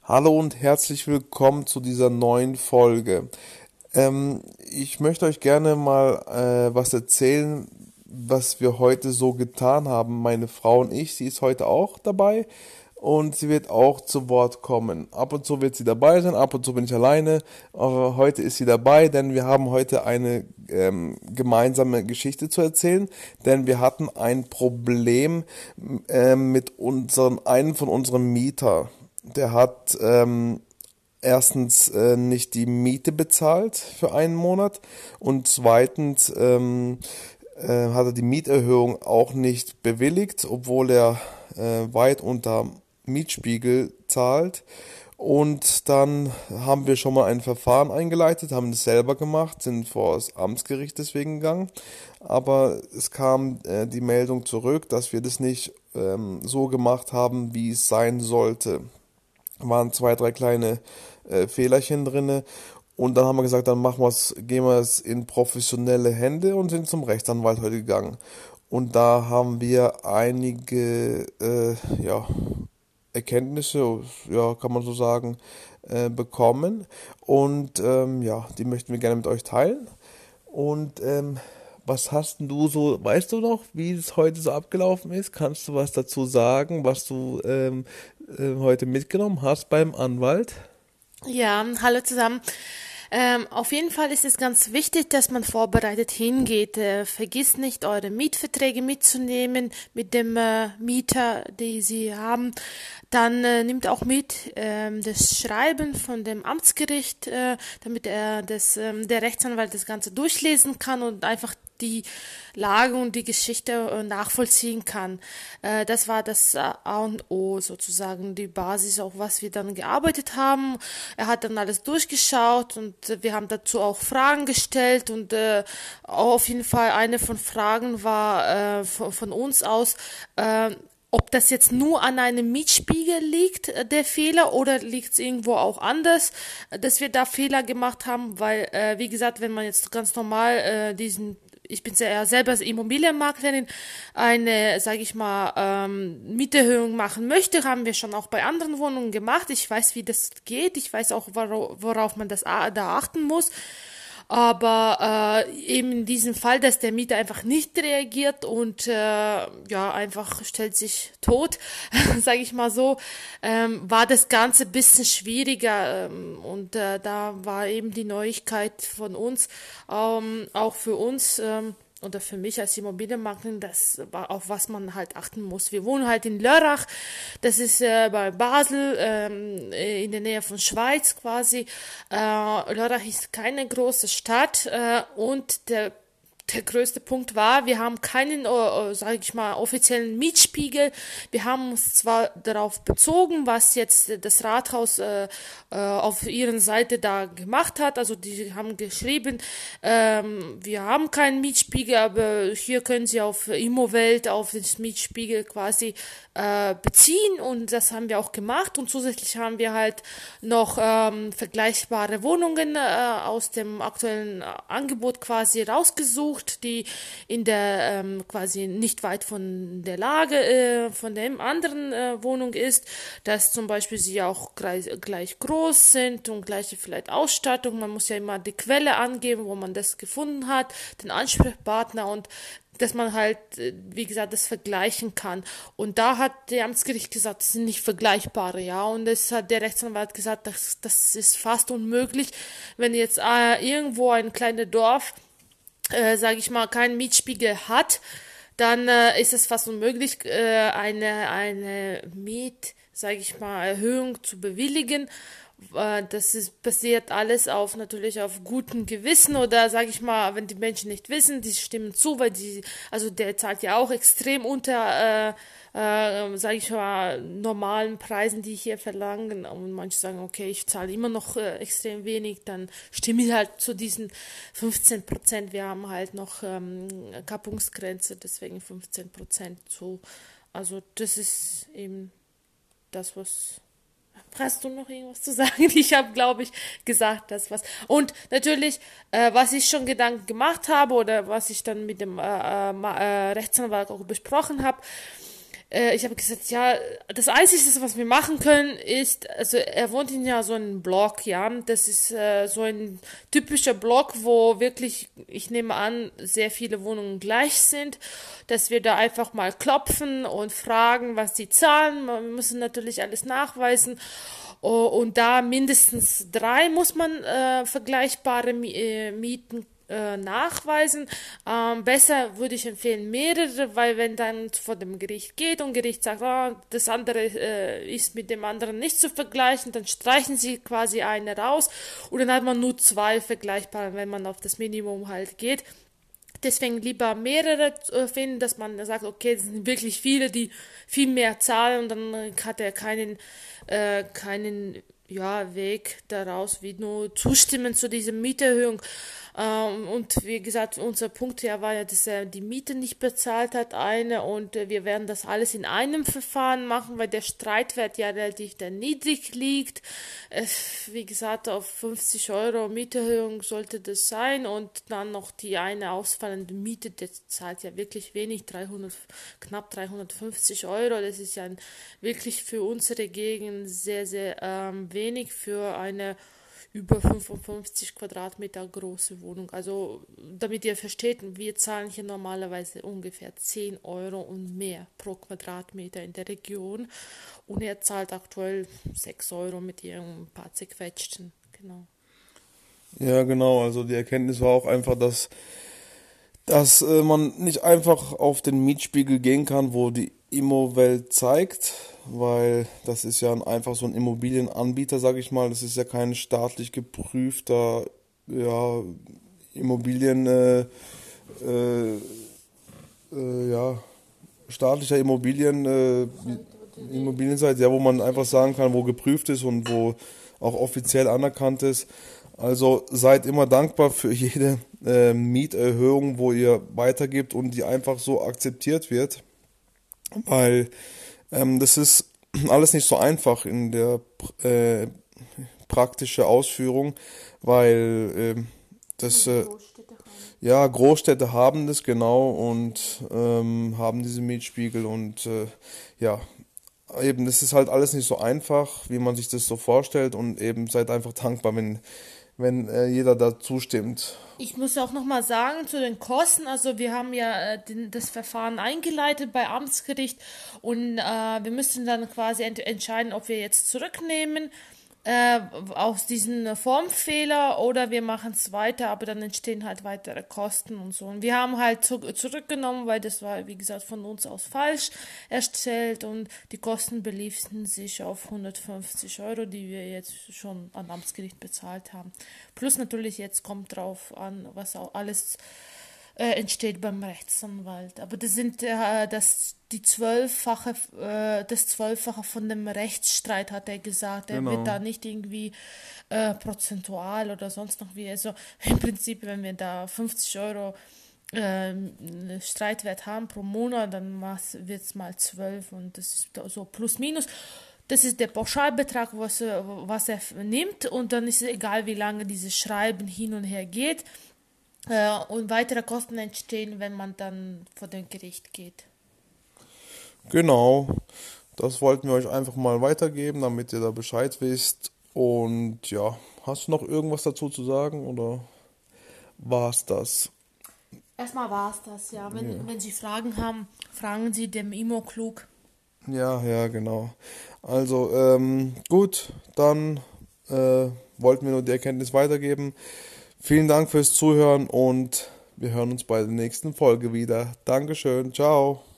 Hallo und herzlich willkommen zu dieser neuen Folge. Ich möchte euch gerne mal was erzählen, was wir heute so getan haben. Meine Frau und ich, sie ist heute auch dabei und sie wird auch zu Wort kommen. Ab und zu wird sie dabei sein, ab und zu bin ich alleine, aber heute ist sie dabei, denn wir haben heute eine gemeinsame Geschichte zu erzählen, denn wir hatten ein Problem mit einem von unseren Mieter. Der hat erstens nicht die Miete bezahlt für einen Monat und zweitens hat er die Mieterhöhung auch nicht bewilligt, obwohl er weit unter Mietspiegel zahlt. Und dann haben wir schon mal ein Verfahren eingeleitet, haben es selber gemacht, sind vor das Amtsgericht deswegen gegangen. Aber es kam die Meldung zurück, dass wir das nicht so gemacht haben, wie es sein sollte. Waren zwei, drei kleine Fehlerchen drinne. Und dann haben wir gesagt, gehen wir es in professionelle Hände und sind zum Rechtsanwalt heute gegangen. Und da haben wir einige Erkenntnisse, ja, kann man so sagen, bekommen. Und die möchten wir gerne mit euch teilen. Und was hast denn du so, weißt du noch, wie es heute so abgelaufen ist? Kannst du was dazu sagen, was du heute mitgenommen hast beim Anwalt? Ja, hallo zusammen. Auf jeden Fall ist es ganz wichtig, dass man vorbereitet hingeht. Vergisst nicht, eure Mietverträge mitzunehmen mit dem Mieter, die Sie haben. Dann nimmt auch mit das Schreiben von dem Amtsgericht, damit der Rechtsanwalt das Ganze durchlesen kann und einfach die Lage und die Geschichte nachvollziehen kann. Das war das A und O sozusagen, die Basis, auf was wir dann gearbeitet haben. Er hat dann alles durchgeschaut und wir haben dazu auch Fragen gestellt und auf jeden Fall eine von Fragen war von uns aus, ob das jetzt nur an einem Mietspiegel liegt, der Fehler, oder liegt es irgendwo auch anders, dass wir da Fehler gemacht haben, weil, wie gesagt, wenn man jetzt ganz normal ich bin ja selber Immobilienmaklerin, eine, sage ich mal, Mieterhöhung machen möchte, haben wir schon auch bei anderen Wohnungen gemacht. Ich weiß, wie das geht. Ich weiß auch, worauf man da achten muss. Aber eben in diesem Fall, dass der Mieter einfach nicht reagiert und einfach stellt sich tot, sage ich mal so, war das Ganze ein bisschen schwieriger und da war eben die Neuigkeit von uns, auch für uns. Oder für mich als Immobilienmaklerin, das war auf was man halt achten muss. Wir wohnen halt in Lörrach, das ist bei Basel, in der Nähe von Schweiz quasi. Lörrach ist keine große Stadt und der größte Punkt war, wir haben keinen, sage ich mal, offiziellen Mietspiegel. Wir haben uns zwar darauf bezogen, was jetzt das Rathaus auf ihren Seite da gemacht hat. Also die haben geschrieben, wir haben keinen Mietspiegel, aber hier können Sie auf Immowelt auf den Mietspiegel quasi beziehen, und das haben wir auch gemacht, und zusätzlich haben wir halt noch vergleichbare Wohnungen aus dem aktuellen Angebot quasi rausgesucht, die in der quasi nicht weit von der Lage von der anderen Wohnung ist, dass zum Beispiel sie auch gleich groß sind und gleiche vielleicht Ausstattung. Man muss ja immer die Quelle angeben, wo man das gefunden hat, den Ansprechpartner, und dass man halt, wie gesagt, das vergleichen kann. Und da hat der Amtsgericht gesagt, das sind nicht vergleichbare, ja. Und das hat der Rechtsanwalt gesagt, das ist fast unmöglich, wenn jetzt irgendwo ein kleines Dorf, sage ich mal, keinen Mietspiegel hat, dann ist es fast unmöglich, eine sage ich mal, Erhöhung zu bewilligen. Das ist basiert alles auf natürlich auf gutem Gewissen, oder sage ich mal, wenn die Menschen nicht wissen, die stimmen zu, weil also der zahlt ja auch extrem unter, sage ich mal, normalen Preisen, die hier verlangen, und manche sagen, okay, ich zahle immer noch extrem wenig, dann stimme ich halt zu diesen 15%. Wir haben halt noch Kappungsgrenze, deswegen 15% zu. Also das ist eben das, was. Hast du noch irgendwas zu sagen? Ich habe, glaube ich, gesagt, das was. Und natürlich, was ich schon Gedanken gemacht habe oder was ich dann mit dem Rechtsanwalt auch besprochen habe, Ich habe gesagt, ja, das Einzige, was wir machen können, ist, also er wohnt in ja so einem Block, ja, das ist so ein typischer Block, wo wirklich, ich nehme an, sehr viele Wohnungen gleich sind, dass wir da einfach mal klopfen und fragen, was die zahlen. Wir müssen natürlich alles nachweisen. Und da mindestens 3 muss man vergleichbare Mieten nachweisen. Besser würde ich empfehlen mehrere, weil wenn dann vor dem Gericht geht und Gericht sagt, das andere ist mit dem anderen nicht zu vergleichen, dann streichen sie quasi eine raus und dann hat man nur 2 vergleichbare, wenn man auf das Minimum halt geht. Deswegen lieber mehrere finden, dass man sagt, okay, es sind wirklich viele, die viel mehr zahlen und dann hat er keinen ja, Weg daraus, wie nur zustimmen zu dieser Mieterhöhung. Und wie gesagt, unser Punkt ja war ja, dass er die Miete nicht bezahlt hat, und wir werden das alles in einem Verfahren machen, weil der Streitwert ja relativ niedrig liegt. Wie gesagt, auf 50 Euro Mieterhöhung sollte das sein und dann noch die eine ausfallende Miete, der zahlt ja wirklich wenig, knapp 350 Euro. Das ist ja wirklich für unsere Gegend sehr, sehr wenig für eine über 55 Quadratmeter große Wohnung. Also, damit ihr versteht, wir zahlen hier normalerweise ungefähr 10 Euro und mehr pro Quadratmeter in der Region. Und er zahlt aktuell 6 Euro mit ihrem paar zerquetschten. Genau. Ja, genau. Also die Erkenntnis war auch einfach, dass man nicht einfach auf den Mietspiegel gehen kann, wo die Immowelt zeigt, weil das ist ja einfach so ein Immobilienanbieter, sage ich mal. Das ist ja kein staatlich geprüfter, ja, Immobilien, ja, staatlicher Immobilienseite, ja, wo man einfach sagen kann, wo geprüft ist und wo auch offiziell anerkannt ist. Also seid immer dankbar für jede Mieterhöhung, wo ihr weitergibt und die einfach so akzeptiert wird, weil das ist alles nicht so einfach in der praktischen Ausführung, weil das ja, Großstädte haben das genau und haben diese Mietspiegel und ja, eben, das ist halt alles nicht so einfach, wie man sich das so vorstellt und eben seid einfach dankbar, wenn jeder da zustimmt. Ich muss auch nochmal sagen zu den Kosten, also wir haben ja das Verfahren eingeleitet bei Amtsgericht und wir müssen dann quasi entscheiden, ob wir jetzt zurücknehmen aus diesem Formfehler oder wir machen es weiter, aber dann entstehen halt weitere Kosten und so. Und wir haben halt zurückgenommen, weil das war, wie gesagt, von uns aus falsch erstellt und die Kosten beliefen sich auf 150 Euro, die wir jetzt schon an Amtsgericht bezahlt haben. Plus natürlich jetzt kommt drauf an, was auch alles entsteht beim Rechtsanwalt. Aber das sind das Zwölffache von dem Rechtsstreit, hat er gesagt. Er wird Genau. da nicht irgendwie prozentual oder sonst noch wie. Also im Prinzip, wenn wir da 50 Euro Streitwert haben pro Monat, dann wird es mal 12 und das ist so plus minus. Das ist der Pauschalbetrag, was er nimmt und dann ist es egal, wie lange dieses Schreiben hin und her geht. Und weitere Kosten entstehen, wenn man dann vor dem Gericht geht. Genau, das wollten wir euch einfach mal weitergeben, damit ihr da Bescheid wisst. Und ja, hast du noch irgendwas dazu zu sagen oder war's das? Erstmal war es das, ja. Ja, Wenn Sie Fragen haben, fragen Sie dem Imo klug. ja, ja, genau. Also, gut, dann wollten wir nur die Erkenntnis weitergeben. Vielen Dank fürs Zuhören und wir hören uns bei der nächsten Folge wieder. Dankeschön, ciao.